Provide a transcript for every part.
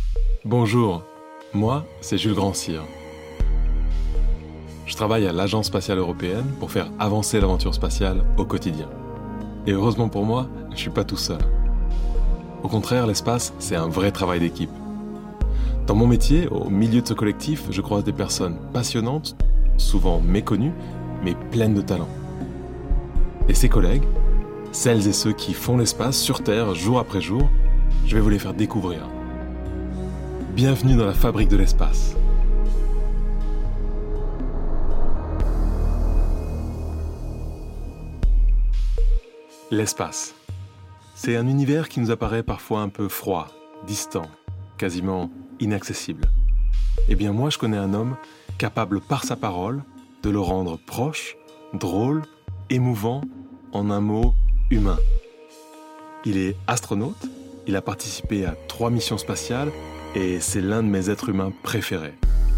Bonjour, moi c'est Jules Grandcir. Je travaille à l'Agence spatiale européenne pour faire avancer l'aventure spatiale au quotidien. Et heureusement pour moi, je ne suis pas tout seul. Au contraire, l'espace, c'est un vrai travail d'équipe. Dans mon métier, au milieu de ce collectif, je croise des personnes passionnantes, souvent méconnues, mais pleines de talent. Et ces collègues, celles et ceux qui font l'espace sur Terre jour après jour, je vais vous les faire découvrir. Bienvenue dans la fabrique de l'espace. L'espace. C'est un univers qui nous apparaît parfois un peu froid, distant, quasiment inaccessible. Eh bien moi je connais un homme capable par sa parole de le rendre proche, drôle, émouvant, en un mot, humain. Il est astronaute, il a participé à 3 missions spatiales et c'est l'un de mes êtres humains préférés.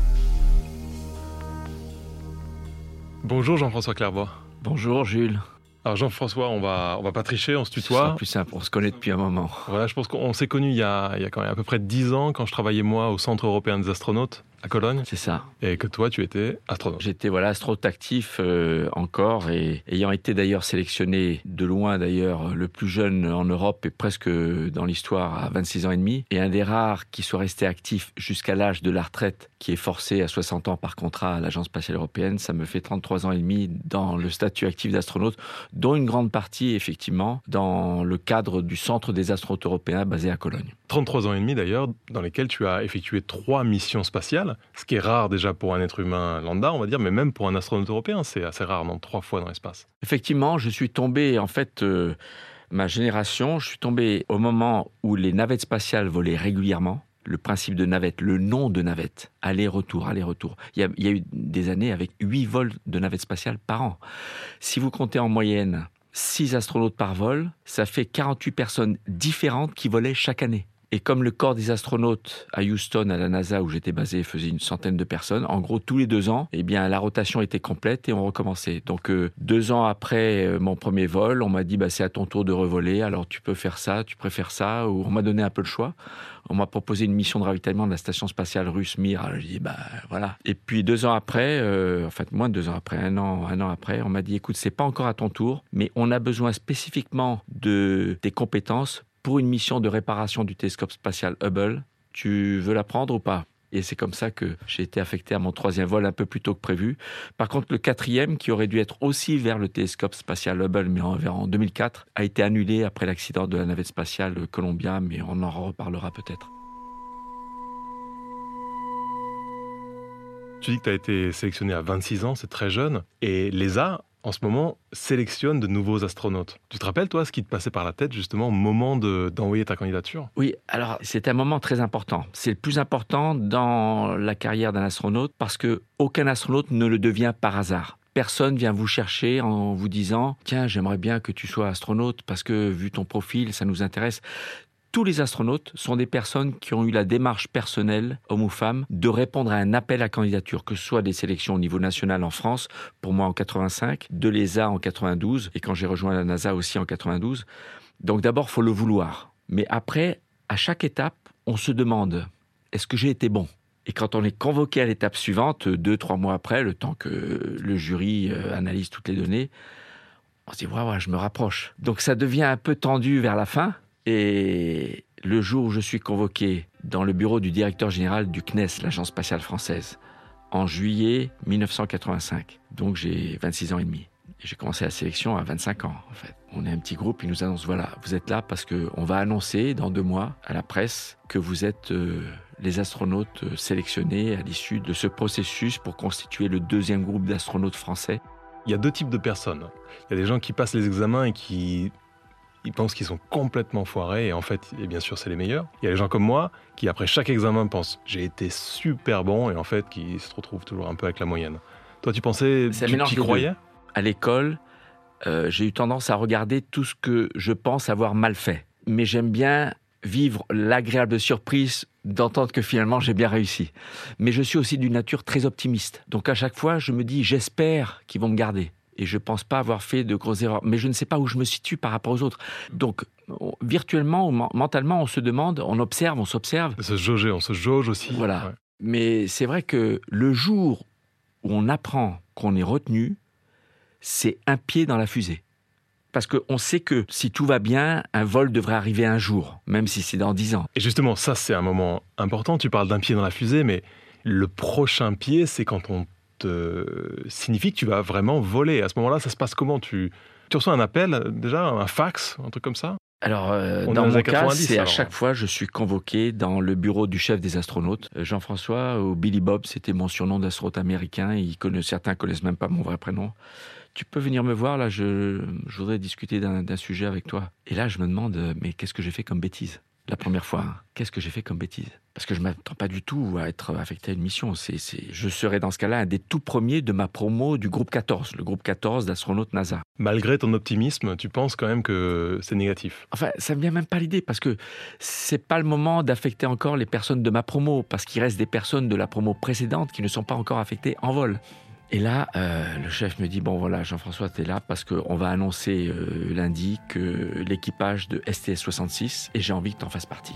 Bonjour Jean-François Clairvoy. Bonjour Jules. Alors Jean-François, on va pas tricher, on se tutoie. Ce sera plus simple, on se connaît depuis un moment. Voilà, je pense qu'on s'est connus il y a quand même à peu près 10 ans quand je travaillais moi au Centre européen des astronautes à Cologne. C'est ça. Et que toi, tu étais astronaute. J'étais astronaute actif encore et ayant été d'ailleurs sélectionné de loin d'ailleurs le plus jeune en Europe et presque dans l'histoire à 26 ans et demi et un des rares qui soit resté actif jusqu'à l'âge de la retraite qui est forcé à 60 ans par contrat à l'Agence spatiale européenne, ça me fait 33 ans et demi dans le statut actif d'astronaute, dont une grande partie effectivement dans le cadre du Centre des astronautes européens basé à Cologne. 33 ans et demi d'ailleurs, dans lesquels tu as effectué 3 missions spatiales, ce qui est rare déjà pour un être humain lambda, on va dire, mais même pour un astronaute européen, c'est assez rare, non ? 3 fois dans l'espace. Effectivement, je suis tombé, ma génération, je suis tombé au moment où les navettes spatiales volaient régulièrement. Le principe de navette, le nom de navette, aller-retour. Il y a eu des années avec 8 vols de navettes spatiales par an. Si vous comptez en moyenne 6 astronautes par vol, ça fait 48 personnes différentes qui volaient chaque année. Et comme le corps des astronautes à Houston, à la NASA, où j'étais basé, faisait une centaine de personnes, en gros, tous les 2 ans, la rotation était complète et on recommençait. Donc, 2 ans après mon premier vol, on m'a dit, c'est à ton tour de revoler, alors tu peux faire ça, tu préfères ça, ou on m'a donné un peu le choix. On m'a proposé une mission de ravitaillement de la station spatiale russe Mir. Alors, j'ai dit, voilà. Et puis, 2 ans après, moins de 2 ans après, un an après, on m'a dit, écoute, c'est pas encore à ton tour, mais on a besoin spécifiquement de tes compétences pour une mission de réparation du télescope spatial Hubble. Tu veux la prendre ou pas ? Et c'est comme ça que j'ai été affecté à mon 3e vol un peu plus tôt que prévu. Par contre, le 4e, qui aurait dû être aussi vers le télescope spatial Hubble, mais en 2004, a été annulé après l'accident de la navette spatiale Columbia, mais on en reparlera peut-être. Tu dis que tu as été sélectionné à 26 ans, c'est très jeune, et l'ESA, en ce moment, sélectionne de nouveaux astronautes. Tu te rappelles, toi, ce qui te passait par la tête, justement, au moment d'envoyer ta candidature ? Oui, alors c'est un moment très important. C'est le plus important dans la carrière d'un astronaute parce qu'aucun astronaute ne le devient par hasard. Personne vient vous chercher en vous disant « Tiens, j'aimerais bien que tu sois astronaute parce que, vu ton profil, ça nous intéresse ». Tous les astronautes sont des personnes qui ont eu la démarche personnelle, hommes ou femmes, de répondre à un appel à candidature, que ce soit des sélections au niveau national en France, pour moi en 85, de l'ESA en 92, et quand j'ai rejoint la NASA aussi en 92. Donc d'abord, il faut le vouloir. Mais après, à chaque étape, on se demande, est-ce que j'ai été bon ? Et quand on est convoqué à l'étape suivante, 2-3 mois après, le temps que le jury analyse toutes les données, on se dit, ouais, je me rapproche. Donc ça devient un peu tendu vers la fin. Et le jour où je suis convoqué dans le bureau du directeur général du CNES, l'Agence spatiale française, en juillet 1985, donc j'ai 26 ans et demi. Et j'ai commencé la sélection à 25 ans, en fait. On est un petit groupe, ils nous annoncent, voilà, vous êtes là parce qu'on va annoncer dans 2 mois à la presse que vous êtes les astronautes sélectionnés à l'issue de ce processus pour constituer le 2e groupe d'astronautes français. Il y a 2 types de personnes. Il y a des gens qui passent les examens et ils pensent qu'ils sont complètement foirés et en fait, et bien sûr, c'est les meilleurs. Il y a des gens comme moi qui, après chaque examen, pensent « j'ai été super bon » et en fait, qui se retrouvent toujours un peu avec la moyenne. Toi, tu pensais, tu y croyais ? À l'école, j'ai eu tendance à regarder tout ce que je pense avoir mal fait. Mais j'aime bien vivre l'agréable surprise d'entendre que finalement, j'ai bien réussi. Mais je suis aussi d'une nature très optimiste. Donc à chaque fois, je me dis « j'espère qu'ils vont me garder ». Et je ne pense pas avoir fait de grosses erreurs. Mais je ne sais pas où je me situe par rapport aux autres. Donc, virtuellement ou mentalement, on se demande, on observe, on s'observe. Se jauger, on se jauge aussi. Voilà. Ouais. Mais c'est vrai que le jour où on apprend qu'on est retenu, c'est un pied dans la fusée. Parce qu'on sait que si tout va bien, un vol devrait arriver un jour, même si c'est dans 10 ans. Et justement, ça, c'est un moment important. Tu parles d'un pied dans la fusée, mais le prochain pied, c'est quand on te signifie que tu vas vraiment voler. À ce moment-là, ça se passe comment ? Tu reçois un appel, déjà, un fax, un truc comme ça ? Alors, On dans est dans mon les cas, 90, c'est à alors. chaque fois, je suis convoqué dans le bureau du chef des astronautes. Jean-François, ou Billy Bob, c'était mon surnom d'astronaute américain. Certains connaissent même pas mon vrai prénom. Tu peux venir me voir, là, je voudrais discuter d'un sujet avec toi. Et là, je me demande, mais qu'est-ce que j'ai fait comme bêtise ? La première fois, qu'est-ce que j'ai fait comme bêtise ? Parce que je ne m'attends pas du tout à être affecté à une mission. Je serai dans ce cas-là un des tout premiers de ma promo du groupe 14, le groupe 14 d'astronautes NASA. Malgré ton optimisme, tu penses quand même que c'est négatif ? Enfin, ça ne me vient même pas l'idée, parce que ce n'est pas le moment d'affecter encore les personnes de ma promo, parce qu'il reste des personnes de la promo précédente qui ne sont pas encore affectées en vol. Et là, le chef me dit, bon voilà, Jean-François, t'es là parce qu'on va annoncer lundi que l'équipage de STS-66, et j'ai envie que t'en fasses partie.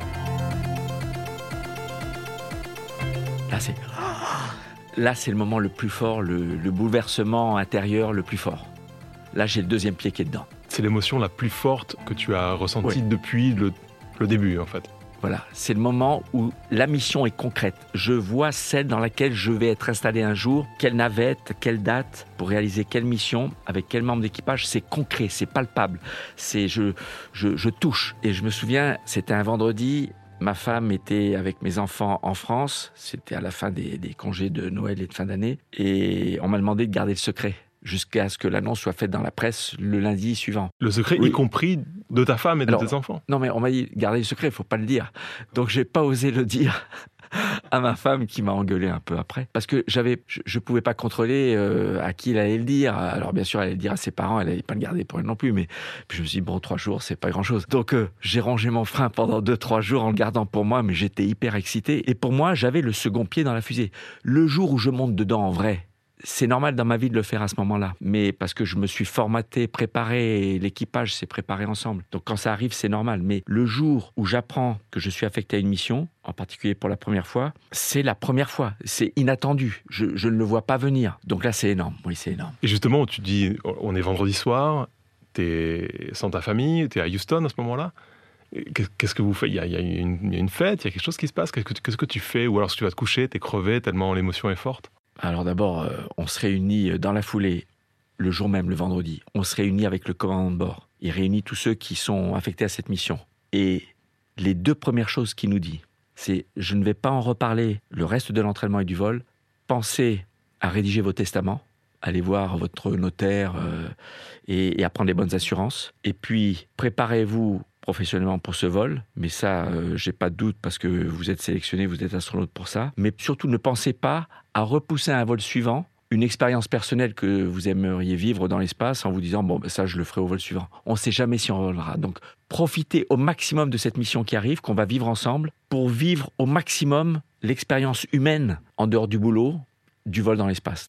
Là, c'est le moment le plus fort, le bouleversement intérieur le plus fort. Là, j'ai le deuxième pied qui est dedans. C'est l'émotion la plus forte que tu as ressentie depuis le début, en fait. Voilà, c'est le moment où la mission est concrète. Je vois celle dans laquelle je vais être installé un jour, quelle navette, quelle date, pour réaliser quelle mission, avec quel membre d'équipage. C'est concret, c'est palpable. Je touche. Et je me souviens, c'était un vendredi, ma femme était avec mes enfants en France, c'était à la fin des congés de Noël et de fin d'année, et on m'a demandé de garder le secret, jusqu'à ce que l'annonce soit faite dans la presse le lundi suivant. Le secret, Oui. y compris de ta femme et de tes enfants. Non, mais on m'a dit, gardez le secret, il ne faut pas le dire. Donc, je n'ai pas osé le dire à ma femme qui m'a engueulé un peu après. Parce que je ne pouvais pas contrôler à qui elle allait le dire. Alors, bien sûr, elle allait le dire à ses parents, elle n'allait pas le garder pour elle non plus. Mais puis je me suis dit, bon, 3 jours, c'est pas grand-chose. Donc, j'ai rangé mon frein pendant 2-3 jours en le gardant pour moi, mais j'étais hyper excité. Et pour moi, j'avais le second pied dans la fusée. Le jour où je monte dedans en vrai, c'est normal dans ma vie de le faire à ce moment-là, mais parce que je me suis formaté, préparé, et l'équipage s'est préparé ensemble. Donc quand ça arrive, c'est normal. Mais le jour où j'apprends que je suis affecté à une mission, en particulier pour la première fois, c'est la première fois. C'est inattendu. Je ne le vois pas venir. Donc là, c'est énorme. Oui, c'est énorme. Et justement, tu dis, on est vendredi soir, t'es sans ta famille, t'es à Houston à ce moment-là. Qu'est-ce que vous faites ? Il y a une fête, il y a quelque chose qui se passe. Qu'est-ce que tu fais ? Ou alors si tu vas te coucher, t'es crevé tellement l'émotion est forte. Alors d'abord, on se réunit dans la foulée, le jour même, le vendredi. On se réunit avec le commandant de bord. Il réunit tous ceux qui sont affectés à cette mission. Et les 2 premières choses qu'il nous dit, c'est « Je ne vais pas en reparler le reste de l'entraînement et du vol. Pensez à rédiger vos testaments, allez voir votre notaire et à prendre les bonnes assurances. Et puis, préparez-vous professionnellement pour ce vol, mais ça, j'ai pas de doute parce que vous êtes sélectionné, vous êtes astronaute pour ça. Mais surtout, ne pensez pas à repousser à un vol suivant une expérience personnelle que vous aimeriez vivre dans l'espace en vous disant, bon, ben ça, je le ferai au vol suivant. On ne sait jamais si on volera. Donc, profitez au maximum de cette mission qui arrive, qu'on va vivre ensemble, pour vivre au maximum l'expérience humaine en dehors du boulot, du vol dans l'espace.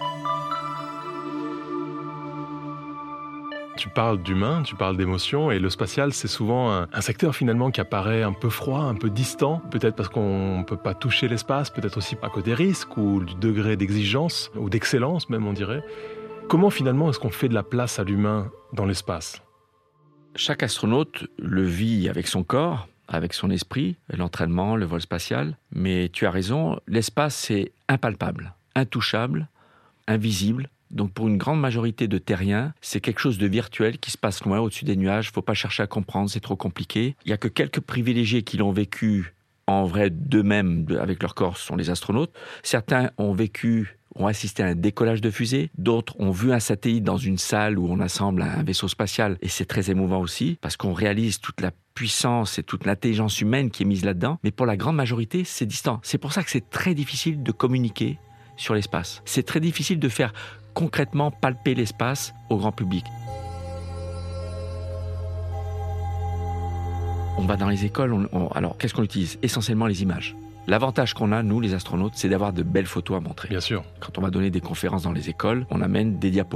Tu parles d'humain, tu parles d'émotion, et le spatial, c'est souvent un secteur finalement qui apparaît un peu froid, un peu distant, peut-être parce qu'on ne peut pas toucher l'espace, peut-être aussi à cause des risques ou du degré d'exigence, ou d'excellence même on dirait. Comment finalement est-ce qu'on fait de la place à l'humain dans l'espace ? Chaque astronaute le vit avec son corps, avec son esprit, l'entraînement, le vol spatial, mais tu as raison, l'espace c'est impalpable, intouchable, invisible. Donc pour une grande majorité de terriens, c'est quelque chose de virtuel qui se passe loin au-dessus des nuages. Il ne faut pas chercher à comprendre, c'est trop compliqué. Il n'y a que quelques privilégiés qui l'ont vécu en vrai d'eux-mêmes, avec leur corps, ce sont les astronautes. Certains ont assisté à un décollage de fusée. D'autres ont vu un satellite dans une salle où on assemble un vaisseau spatial. Et c'est très émouvant aussi, parce qu'on réalise toute la puissance et toute l'intelligence humaine qui est mise là-dedans. Mais pour la grande majorité, c'est distant. C'est pour ça que c'est très difficile de communiquer sur l'espace. C'est très difficile de faire concrètement palper l'espace au grand public. On va dans les écoles, alors qu'est-ce qu'on utilise ? Essentiellement les images. L'avantage qu'on a, nous, les astronautes, c'est d'avoir de belles photos à montrer. Bien sûr. Quand on va donner des conférences dans les écoles, on amène des diapos.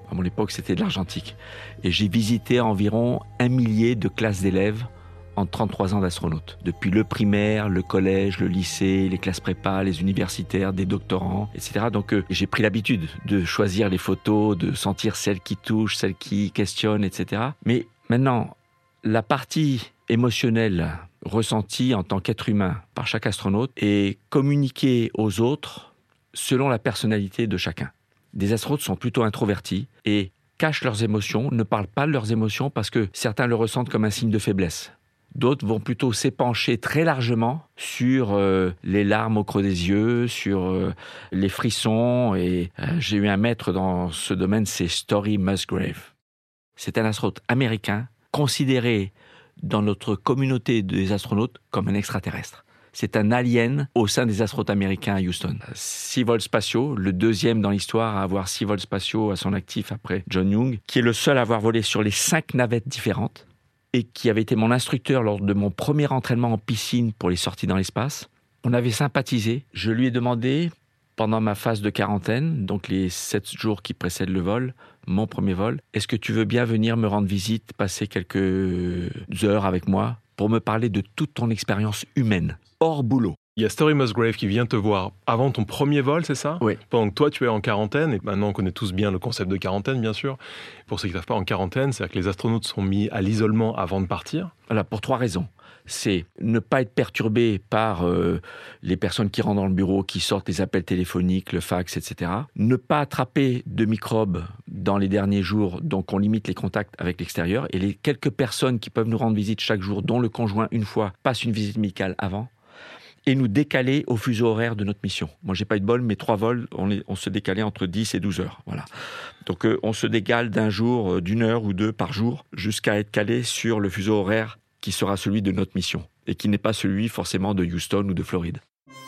À mon époque, c'était de l'argentique. Et j'ai visité environ 1 millier de classes d'élèves en 33 ans d'astronaute. Depuis le primaire, le collège, le lycée, les classes prépa, les universitaires, des doctorants, etc. Donc j'ai pris l'habitude de choisir les photos, de sentir celles qui touchent, celles qui questionnent, etc. Mais maintenant, la partie émotionnelle ressentie en tant qu'être humain par chaque astronaute est communiquée aux autres selon la personnalité de chacun. Des astronautes sont plutôt introvertis et cachent leurs émotions, ne parlent pas de leurs émotions parce que certains le ressentent comme un signe de faiblesse. D'autres vont plutôt s'épancher très largement sur les larmes au creux des yeux, sur les frissons. Et j'ai eu un maître dans ce domaine, c'est Story Musgrave. C'est un astronaute américain considéré dans notre communauté des astronautes comme un extraterrestre. C'est un alien au sein des astronautes américains à Houston. 6 vols spatiaux, le deuxième dans l'histoire à avoir 6 vols spatiaux à son actif après John Young, qui est le seul à avoir volé sur les 5 navettes différentes, et qui avait été mon instructeur lors de mon premier entraînement en piscine pour les sorties dans l'espace. On avait sympathisé. Je lui ai demandé, pendant ma phase de quarantaine, donc les 7 jours qui précèdent le vol, mon premier vol, est-ce que tu veux bien venir me rendre visite, passer quelques heures avec moi pour me parler de toute ton expérience humaine, hors boulot? Il y a Story Musgrave qui vient te voir avant ton premier vol, c'est ça? Oui. Pendant que toi, tu es en quarantaine, et maintenant on connaît tous bien le concept de quarantaine, bien sûr. Pour ceux qui ne savent pas, en quarantaine, c'est-à-dire que les astronautes sont mis à l'isolement avant de partir. Voilà, pour 3 raisons. C'est ne pas être perturbé par les personnes qui rentrent dans le bureau, qui sortent les appels téléphoniques, le fax, etc. Ne pas attraper de microbes dans les derniers jours, donc on limite les contacts avec l'extérieur. Et les quelques personnes qui peuvent nous rendre visite chaque jour, dont le conjoint une fois, passe une visite médicale avant. Et nous décaler au fuseau horaire de notre mission. Moi, j'ai pas eu de bol, mais 3 vols, on se décalait entre 10 et 12 heures. Voilà. Donc, on se décale d'un jour, d'une heure ou 2 par jour, jusqu'à être calé sur le fuseau horaire qui sera celui de notre mission, et qui n'est pas celui forcément de Houston ou de Floride.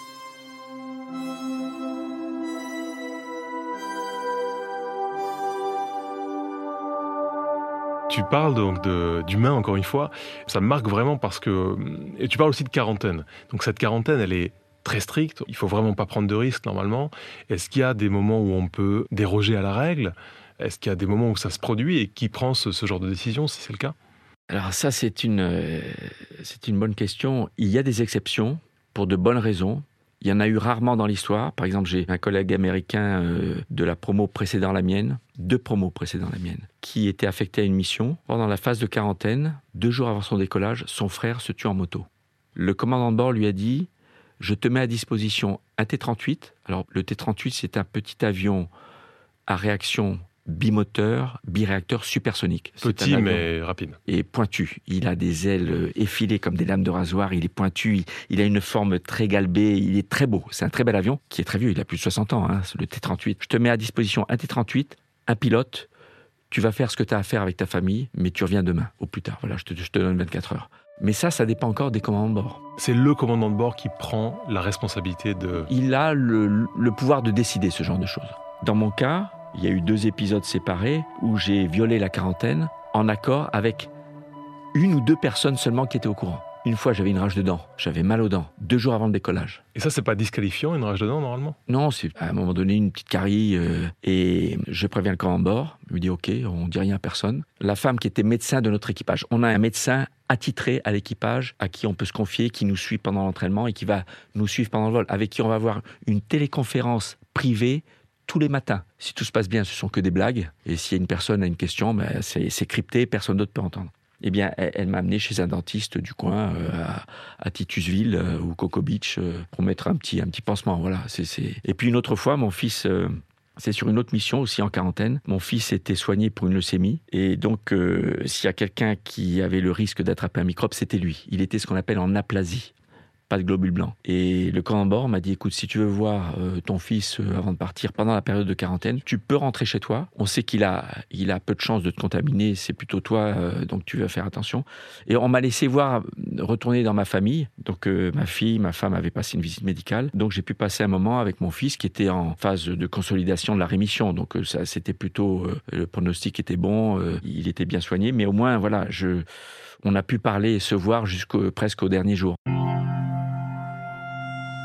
Tu parles donc d'humain, encore une fois. Ça me marque vraiment parce que... Et tu parles aussi de quarantaine. Donc cette quarantaine, elle est très stricte. Il faut vraiment pas prendre de risques, normalement. Est-ce qu'il y a des moments où on peut déroger à la règle? Est-ce qu'il y a des moments où ça se produit? Et qui prend ce genre de décision, si c'est le cas? Alors ça, c'est une bonne question. Il y a des exceptions, pour de bonnes raisons. Il y en a eu rarement dans l'histoire. Par exemple, j'ai un collègue américain de la promo précédant la mienne, 2 promos précédant la mienne, qui était affecté à une mission. Pendant la phase de quarantaine, 2 jours avant son décollage, son frère se tue en moto. Le commandant de bord lui a dit « Je te mets à disposition un T-38 ». Alors, le T-38, c'est un petit avion à réaction bimoteur, biréacteur supersonique. Petit mais rapide. Et pointu. Il a des ailes effilées comme des lames de rasoir. Il est pointu. Il a une forme très galbée. Il est très beau. C'est un très bel avion qui est très vieux. Il a plus de 60 ans, le T-38. Je te mets à disposition un T-38, un pilote. Tu vas faire ce que tu as à faire avec ta famille, mais tu reviens demain, au plus tard. Voilà, je te donne 24 heures. Mais ça dépend encore des commandants de bord. C'est le commandant de bord qui prend la responsabilité de... Il a le pouvoir de décider ce genre de choses. Dans mon cas, il y a eu 2 épisodes séparés où j'ai violé la quarantaine en accord avec 1 ou 2 personnes seulement qui étaient au courant. Une fois, j'avais une rage de dents. J'avais mal aux dents, 2 jours avant le décollage. Et ça, c'est pas disqualifiant, une rage de dents, normalement? Non, c'est à un moment donné une petite carie. Et je préviens le commandant de bord. Il me dit « Ok, on dit rien à personne ». La femme qui était médecin de notre équipage. On a un médecin attitré à l'équipage, à qui on peut se confier, qui nous suit pendant l'entraînement et qui va nous suivre pendant le vol, avec qui on va avoir une téléconférence privée tous les matins. Si tout se passe bien, ce sont que des blagues. Et s'il y a une personne a une question, c'est crypté, personne d'autre peut entendre. Eh bien, elle m'a amené chez un dentiste du coin, à Titusville ou Cocoa Beach, pour mettre un petit pansement. Voilà. Et puis une autre fois, mon fils... c'est sur une autre mission, aussi en quarantaine. Mon fils était soigné pour une leucémie. Et donc, s'il y a quelqu'un qui avait le risque d'attraper un microbe, c'était lui. Il était ce qu'on appelle en aplasie. Pas de globules blancs. Et le commandant de bord m'a dit, écoute, si tu veux voir ton fils avant de partir, pendant la période de quarantaine, tu peux rentrer chez toi. On sait qu'il a peu de chances de te contaminer, c'est plutôt toi, donc tu vas faire attention. Et on m'a laissé retourner dans ma famille. Donc ma fille, ma femme avaient passé une visite médicale. Donc j'ai pu passer un moment avec mon fils qui était en phase de consolidation de la rémission. Donc ça, c'était plutôt, le pronostic était bon, il était bien soigné. Mais au moins, voilà, on a pu parler et se voir presque au dernier jour.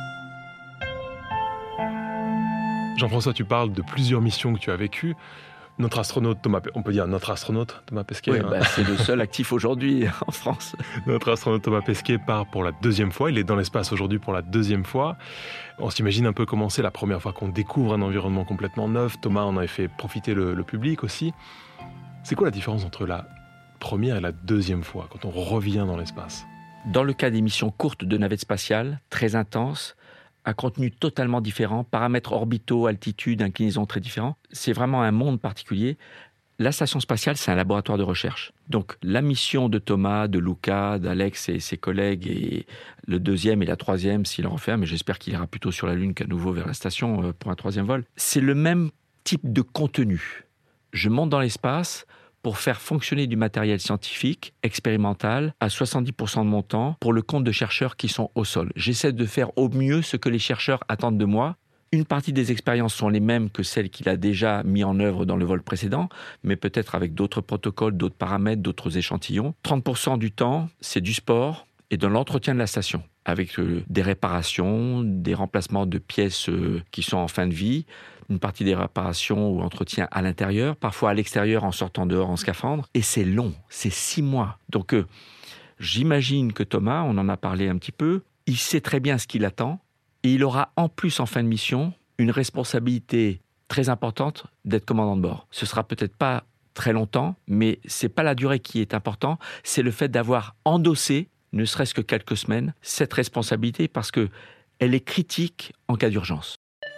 Jean-François, tu parles de plusieurs missions que tu as vécues. Notre astronaute, on peut dire notre astronaute, Thomas Pesquet. Oui, c'est le seul actif aujourd'hui en France. Notre astronaute Thomas Pesquet part pour la 2e fois. Il est dans l'espace aujourd'hui pour la 2e fois. On s'imagine un peu comment c'est la première fois qu'on découvre un environnement complètement neuf. Thomas en avait fait profiter le public aussi. C'est quoi la différence entre la première et la 2e fois, quand on revient dans l'espace ? Dans le cas des missions courtes de navettes spatiales, très intenses, à contenu totalement différent, paramètres orbitaux, altitude, inclinaison très différents. C'est vraiment un monde particulier. La station spatiale, c'est un laboratoire de recherche. Donc la mission de Thomas, de Luca, d'Alex et ses collègues, et le 2e et la 3e, s'il en refait un, mais j'espère qu'il ira plutôt sur la Lune qu'à nouveau vers la station pour un 3e vol, c'est le même type de contenu. Je monte dans l'espace pour faire fonctionner du matériel scientifique, expérimental, à 70% de mon temps, pour le compte de chercheurs qui sont au sol. J'essaie de faire au mieux ce que les chercheurs attendent de moi. Une partie des expériences sont les mêmes que celles qu'il a déjà mis en œuvre dans le vol précédent, mais peut-être avec d'autres protocoles, d'autres paramètres, d'autres échantillons. 30% du temps, c'est du sport et de l'entretien de la station, avec des réparations, des remplacements de pièces qui sont en fin de vie, une partie des réparations ou entretiens à l'intérieur, parfois à l'extérieur en sortant dehors en scaphandre. Et c'est long, c'est 6 mois. Donc j'imagine que Thomas, on en a parlé un petit peu, il sait très bien ce qu'il attend et il aura en plus en fin de mission une responsabilité très importante d'être commandant de bord. Ce sera peut-être pas très longtemps, mais c'est pas la durée qui est important, c'est le fait d'avoir endossé, ne serait-ce que quelques semaines, cette responsabilité parce que elle est critique en cas d'urgence.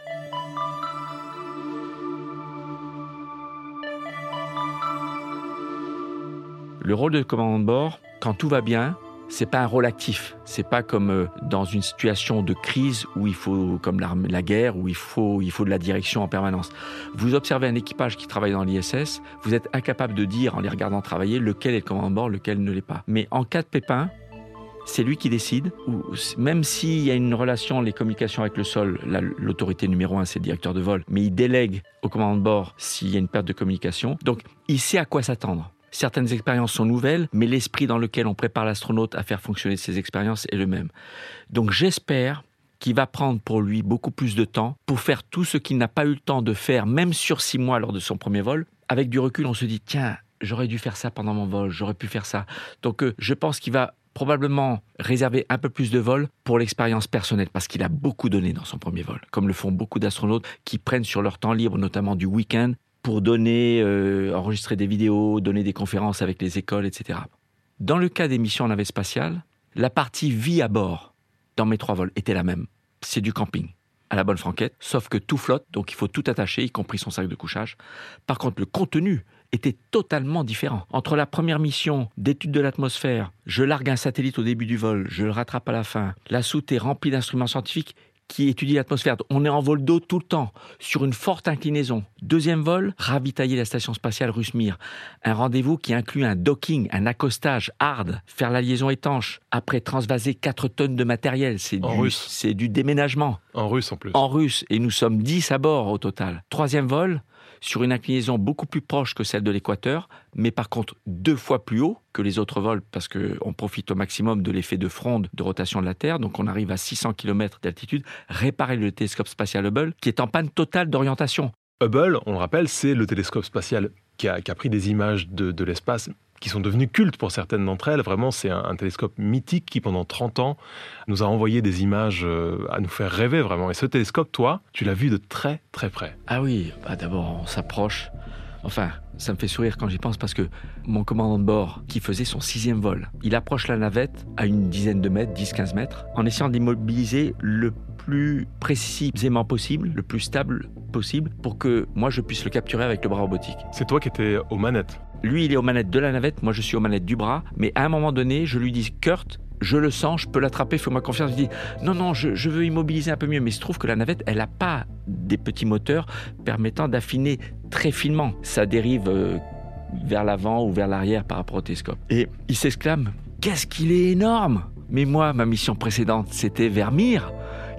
Le rôle de commandant de bord, quand tout va bien, c'est pas un rôle actif. C'est pas comme dans une situation de crise où il faut, comme la guerre, où il faut de la direction en permanence. Vous observez un équipage qui travaille dans l'ISS, vous êtes incapable de dire en les regardant travailler lequel est le commandant de bord, lequel ne l'est pas. Mais en cas de pépin, c'est lui qui décide, ou même s'il y a une relation, les communications avec le sol, l'autorité numéro 1, c'est le directeur de vol, mais il délègue au commandant de bord s'il y a une perte de communication. Donc, il sait à quoi s'attendre. Certaines expériences sont nouvelles, mais l'esprit dans lequel on prépare l'astronaute à faire fonctionner ces expériences est le même. Donc j'espère qu'il va prendre pour lui beaucoup plus de temps pour faire tout ce qu'il n'a pas eu le temps de faire, même sur 6 mois lors de son premier vol. Avec du recul, on se dit, tiens, j'aurais dû faire ça pendant mon vol, j'aurais pu faire ça. Donc je pense qu'il va probablement réserver un peu plus de vols pour l'expérience personnelle, parce qu'il a beaucoup donné dans son premier vol, comme le font beaucoup d'astronautes qui prennent sur leur temps libre, notamment du week-end, pour donner, enregistrer des vidéos, donner des conférences avec les écoles, etc. Dans le cas des missions en navette spatiale, la partie vie à bord, dans mes 3 vols, était la même. C'est du camping, à la bonne franquette, sauf que tout flotte, donc il faut tout attacher, y compris son sac de couchage. Par contre, le contenu était totalement différent. Entre la première mission d'étude de l'atmosphère, je largue un satellite au début du vol, je le rattrape à la fin, la soute est remplie d'instruments scientifiques qui étudie l'atmosphère. On est en vol d'eau tout le temps, sur une forte inclinaison. 2e vol, ravitailler la station spatiale Russe-Mir. Un rendez-vous qui inclut un docking, un accostage hard, faire la liaison étanche. Après, transvaser 4 tonnes de matériel. C'est du déménagement. En russe en plus. En russe. Et nous sommes 10 à bord au total. 3e vol, sur une inclinaison beaucoup plus proche que celle de l'équateur, mais par contre 2 fois plus haut que les autres vols, parce qu'on profite au maximum de l'effet de fronde de rotation de la Terre, donc on arrive à 600 km d'altitude, réparer le télescope spatial Hubble, qui est en panne totale d'orientation. Hubble, on le rappelle, c'est le télescope spatial qui a pris des images de l'espace qui sont devenues cultes pour certaines d'entre elles. Vraiment, c'est un télescope mythique qui, pendant 30 ans, nous a envoyé des images à nous faire rêver, vraiment. Et ce télescope, toi, tu l'as vu de très, très près. Ah oui, d'abord, on s'approche. Enfin, ça me fait sourire quand j'y pense parce que mon commandant de bord, qui faisait son 6e vol, il approche la navette à une dizaine de mètres, 10-15 mètres, en essayant d'immobiliser le plus précisément possible, le plus stable possible, pour que moi je puisse le capturer avec le bras robotique. C'est toi qui étais aux manettes. Lui, il est aux manettes de la navette, moi je suis aux manettes du bras, mais à un moment donné, je lui dis « Kurt, je le sens, je peux l'attraper, fais-moi confiance. » Il dit « Non, je veux immobiliser un peu mieux. » Mais il se trouve que la navette, elle n'a pas des petits moteurs permettant d'affiner très finement. Ça dérive vers l'avant ou vers l'arrière par rapport au télescope. Et il s'exclame « Qu'est-ce qu'il est énorme !» Mais moi, ma mission précédente, c'était vers Mir.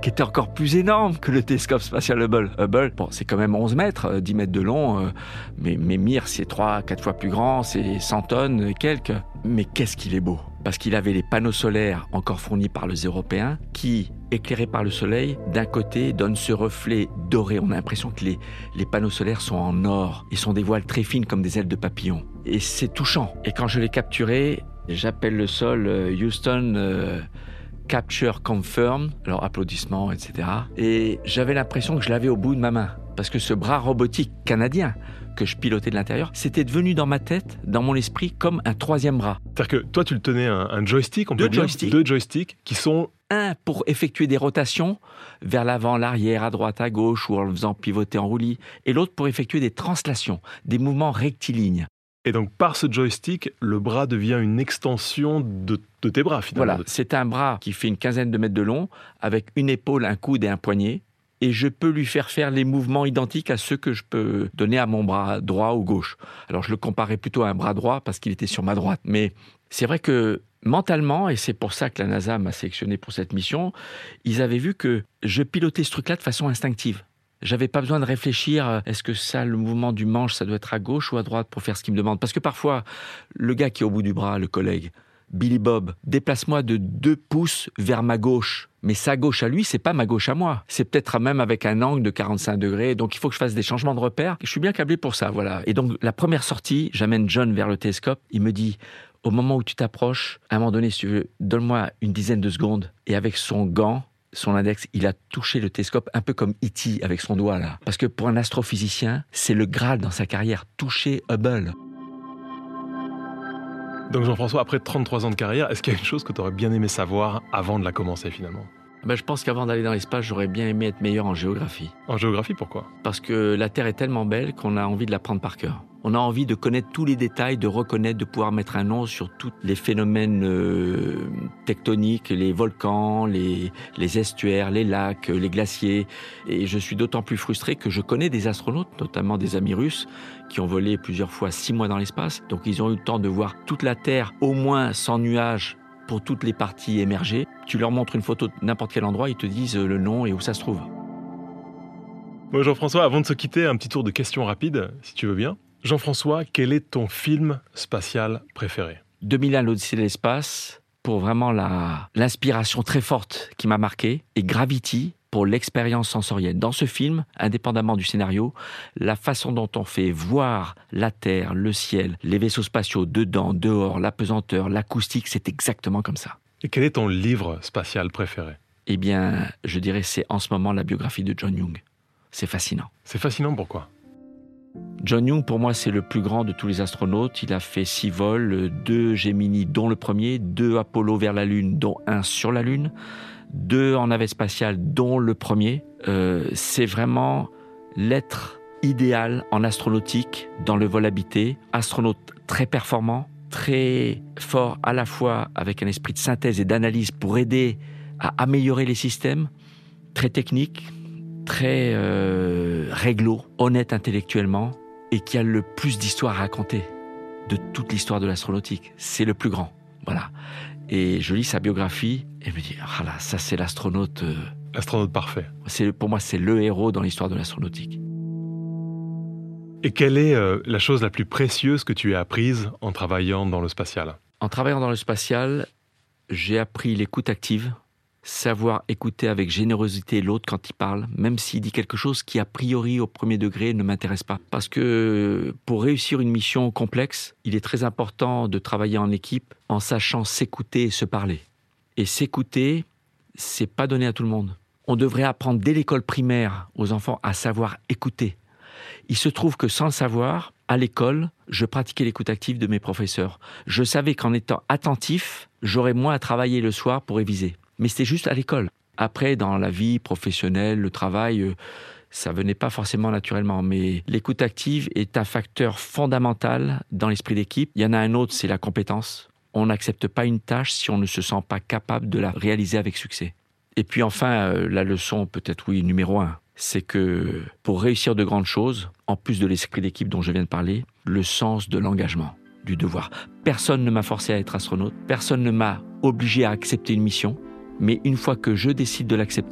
qui était encore plus énorme que le télescope spatial Hubble. Hubble, bon, c'est quand même 11 mètres, 10 mètres de long, mais Mir, c'est 3-4 fois plus grand, c'est 100 tonnes et quelques. Mais qu'est-ce qu'il est beau! Parce qu'il avait les panneaux solaires encore fournis par les Européens qui, éclairés par le soleil, d'un côté donnent ce reflet doré. On a l'impression que les panneaux solaires sont en or. Ils sont des voiles très fines comme des ailes de papillon. Et c'est touchant. Et quand je l'ai capturé, j'appelle le sol Houston Capture Confirmed. Alors applaudissements, etc. Et j'avais l'impression que je l'avais au bout de ma main. Parce que ce bras robotique canadien que je pilotais de l'intérieur, c'était devenu dans ma tête, dans mon esprit, comme un troisième bras. C'est-à-dire que toi, tu le tenais un joystick, on peut dire, deux joysticks qui sont... Un pour effectuer des rotations vers l'avant, l'arrière, à droite, à gauche, ou en le faisant pivoter en roulis, et l'autre pour effectuer des translations, des mouvements rectilignes. Et donc, par ce joystick, le bras devient une extension de tes bras, finalement. Voilà, c'est un bras qui fait une quinzaine de mètres de long, avec une épaule, un coude et un poignet, et je peux lui faire les mouvements identiques à ceux que je peux donner à mon bras droit ou gauche. Alors, je le comparais plutôt à un bras droit parce qu'il était sur ma droite. Mais c'est vrai que mentalement, et c'est pour ça que la NASA m'a sélectionné pour cette mission, ils avaient vu que je pilotais ce truc-là de façon instinctive. J'avais pas besoin de réfléchir, est-ce que ça, le mouvement du manche, ça doit être à gauche ou à droite pour faire ce qu'il me demande. Parce que parfois, le gars qui est au bout du bras, le collègue, Billy Bob, déplace-moi de 2 pouces vers ma gauche. Mais sa gauche à lui, c'est pas ma gauche à moi. C'est peut-être même avec un angle de 45 degrés. Donc il faut que je fasse des changements de repères. Je suis bien câblé pour ça, voilà. Et donc la première sortie, j'amène John vers le télescope. Il me dit, au moment où tu t'approches, à un moment donné, si tu veux, donne-moi une dizaine de secondes. Et avec son gant, son index, il a touché le télescope un peu comme E.T. avec son doigt là. Parce que pour un astrophysicien, c'est le Graal dans sa carrière, toucher Hubble. Donc Jean-François, après 33 ans de carrière, est-ce qu'il y a une chose que tu aurais bien aimé savoir avant de la commencer finalement ? Je pense qu'avant d'aller dans l'espace, j'aurais bien aimé être meilleur en géographie. En géographie, pourquoi ? Parce que la Terre est tellement belle qu'on a envie de la prendre par cœur. On a envie de connaître tous les détails, de reconnaître, de pouvoir mettre un nom sur tous les phénomènes tectoniques, les volcans, les estuaires, les lacs, les glaciers. Et je suis d'autant plus frustré que je connais des astronautes, notamment des amis russes, qui ont volé plusieurs fois 6 mois dans l'espace. Donc ils ont eu le temps de voir toute la Terre, au moins sans nuages, pour toutes les parties émergées. Tu leur montres une photo de n'importe quel endroit, ils te disent le nom et où ça se trouve. Bon, Jean-François, avant de se quitter, un petit tour de questions rapides, si tu veux bien. Jean-François, quel est ton film spatial préféré ? 2001, l'Odyssée de l'espace, pour vraiment l'inspiration très forte qui m'a marqué, et Gravity, pour l'expérience sensorielle. Dans ce film, indépendamment du scénario, la façon dont on fait voir la Terre, le ciel, les vaisseaux spatiaux, dedans, dehors, la pesanteur, l'acoustique, c'est exactement comme ça. Et quel est ton livre spatial préféré ? Eh bien, je dirais c'est en ce moment la biographie de John Young. C'est fascinant. C'est fascinant, pourquoi ? John Young, pour moi, c'est le plus grand de tous les astronautes. Il a fait 6 vols, 2 Gemini, dont le premier, 2 Apollo vers la Lune, dont un sur la Lune, 2 en navette spatiale, dont le premier. C'est vraiment l'être idéal en astronautique, dans le vol habité. Astronaute très performant, très fort à la fois avec un esprit de synthèse et d'analyse pour aider à améliorer les systèmes, très technique, très réglo, honnête intellectuellement, et qui a le plus d'histoires à raconter de toute l'histoire de l'astronautique. C'est le plus grand, voilà. Et je lis sa biographie et me dis, ah là, ça c'est l'astronaute... L'astronaute parfait. Pour moi, c'est le héros dans l'histoire de l'astronautique. Et quelle est la chose la plus précieuse que tu as apprise en travaillant dans le spatial ? En travaillant dans le spatial, j'ai appris l'écoute active, savoir écouter avec générosité l'autre quand il parle, même s'il dit quelque chose qui, a priori, au premier degré, ne m'intéresse pas. Parce que pour réussir une mission complexe, il est très important de travailler en équipe en sachant s'écouter et se parler. Et s'écouter, c'est pas donné à tout le monde. On devrait apprendre dès l'école primaire aux enfants à savoir écouter. Il se trouve que sans le savoir, à l'école, je pratiquais l'écoute active de mes professeurs. Je savais qu'en étant attentif, j'aurais moins à travailler le soir pour réviser. Mais c'était juste à l'école. Après, dans la vie professionnelle, le travail, ça venait pas forcément naturellement. Mais l'écoute active est un facteur fondamental dans l'esprit d'équipe. Il y en a un autre, c'est la compétence. On n'accepte pas une tâche si on ne se sent pas capable de la réaliser avec succès. Et puis enfin, la leçon, peut-être numéro 1, c'est que pour réussir de grandes choses, en plus de l'esprit d'équipe dont je viens de parler, le sens de l'engagement, du devoir. Personne ne m'a forcé à être astronaute, personne ne m'a obligé à accepter une mission. Mais une fois que je décide de l'accepter,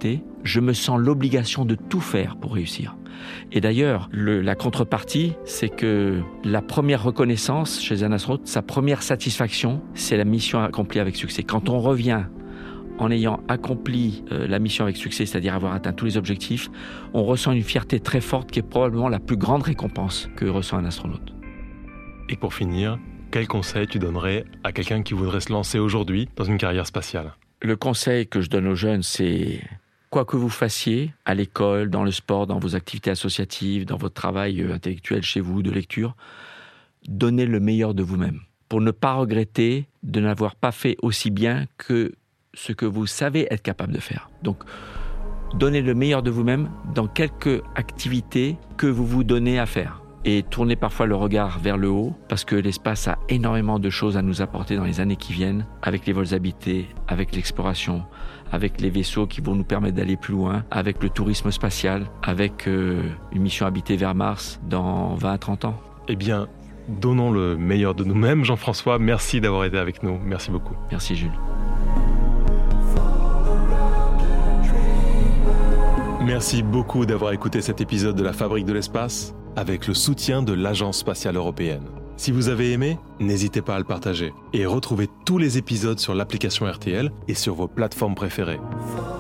je me sens l'obligation de tout faire pour réussir. Et d'ailleurs, la contrepartie, c'est que la première reconnaissance chez un astronaute, sa première satisfaction, c'est la mission accomplie avec succès. Quand on revient en ayant accompli la mission avec succès, c'est-à-dire avoir atteint tous les objectifs, on ressent une fierté très forte qui est probablement la plus grande récompense que ressent un astronaute. Et pour finir, quel conseil tu donnerais à quelqu'un qui voudrait se lancer aujourd'hui dans une carrière spatiale ? Le conseil que je donne aux jeunes, c'est quoi que vous fassiez, à l'école, dans le sport, dans vos activités associatives, dans votre travail intellectuel chez vous, de lecture, donnez le meilleur de vous-même pour ne pas regretter de n'avoir pas fait aussi bien que ce que vous savez être capable de faire. Donc, donnez le meilleur de vous-même dans quelques activités que vous vous donnez à faire. Et tournez parfois le regard vers le haut, parce que l'espace a énormément de choses à nous apporter dans les années qui viennent, avec les vols habités, avec l'exploration, avec les vaisseaux qui vont nous permettre d'aller plus loin, avec le tourisme spatial, avec une mission habitée vers Mars dans 20-30 ans. Eh bien, donnons le meilleur de nous-mêmes. Jean-François, merci d'avoir été avec nous. Merci beaucoup. Merci Jules. Merci beaucoup d'avoir écouté cet épisode de La Fabrique de l'Espace avec le soutien de l'Agence spatiale européenne. Si vous avez aimé, n'hésitez pas à le partager et retrouvez tous les épisodes sur l'application RTL et sur vos plateformes préférées.